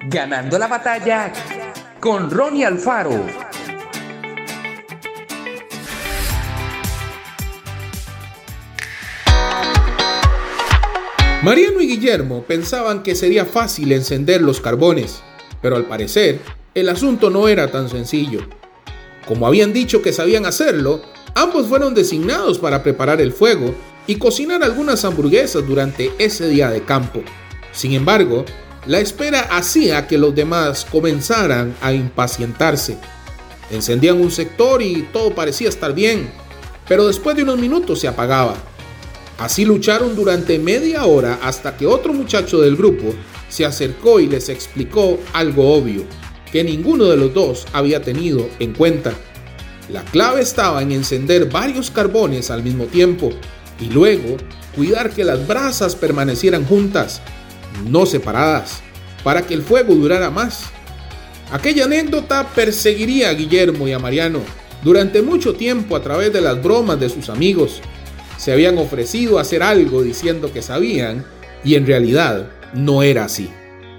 Ganando la batalla con Ronnie Alfaro. Mariano y Guillermo pensaban que sería fácil encender los carbones, pero al parecer el asunto no era tan sencillo. Como habían dicho que sabían hacerlo, ambos fueron designados para preparar el fuego y cocinar algunas hamburguesas durante ese día de campo. Sin embargo, la espera hacía que los demás comenzaran a impacientarse. Encendían un sector y todo parecía estar bien, pero después de unos minutos se apagaba. Así lucharon durante media hora hasta que otro muchacho del grupo se acercó y les explicó algo obvio, que ninguno de los dos había tenido en cuenta. La clave estaba en encender varios carbones al mismo tiempo y luego cuidar que las brasas permanecieran juntas, no separadas, para que el fuego durara más. Aquella anécdota perseguiría a Guillermo y a Mariano durante mucho tiempo a través de las bromas de sus amigos. Se habían ofrecido a hacer algo diciendo que sabían y en realidad no era así.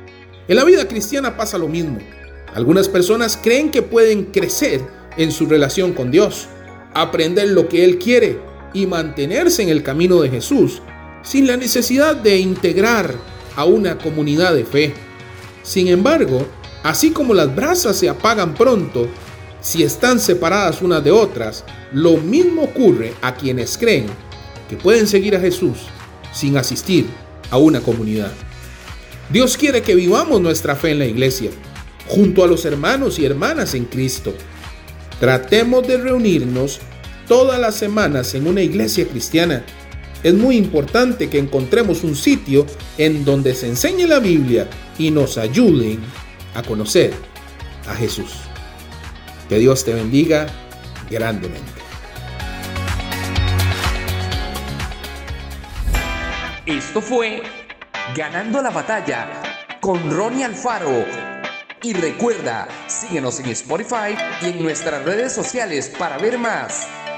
En la vida cristiana pasa lo mismo. Algunas personas creen que pueden crecer en su relación con Dios, aprender lo que Él quiere y mantenerse en el camino de Jesús sin la necesidad de integrar a una comunidad de fe. Sin embargo, así como las brasas se apagan pronto si están separadas unas de otras, lo mismo ocurre a quienes creen que pueden seguir a Jesús sin asistir a una comunidad. Dios quiere que vivamos nuestra fe en la iglesia, junto a los hermanos y hermanas en Cristo. Tratemos de reunirnos todas las semanas en una iglesia cristiana. Es muy importante que encontremos un sitio en donde se enseñe la Biblia y nos ayuden a conocer a Jesús. Que Dios te bendiga grandemente. Esto fue Ganando la batalla con Ronnie Alfaro. Y recuerda, síguenos en Spotify y en nuestras redes sociales para ver más.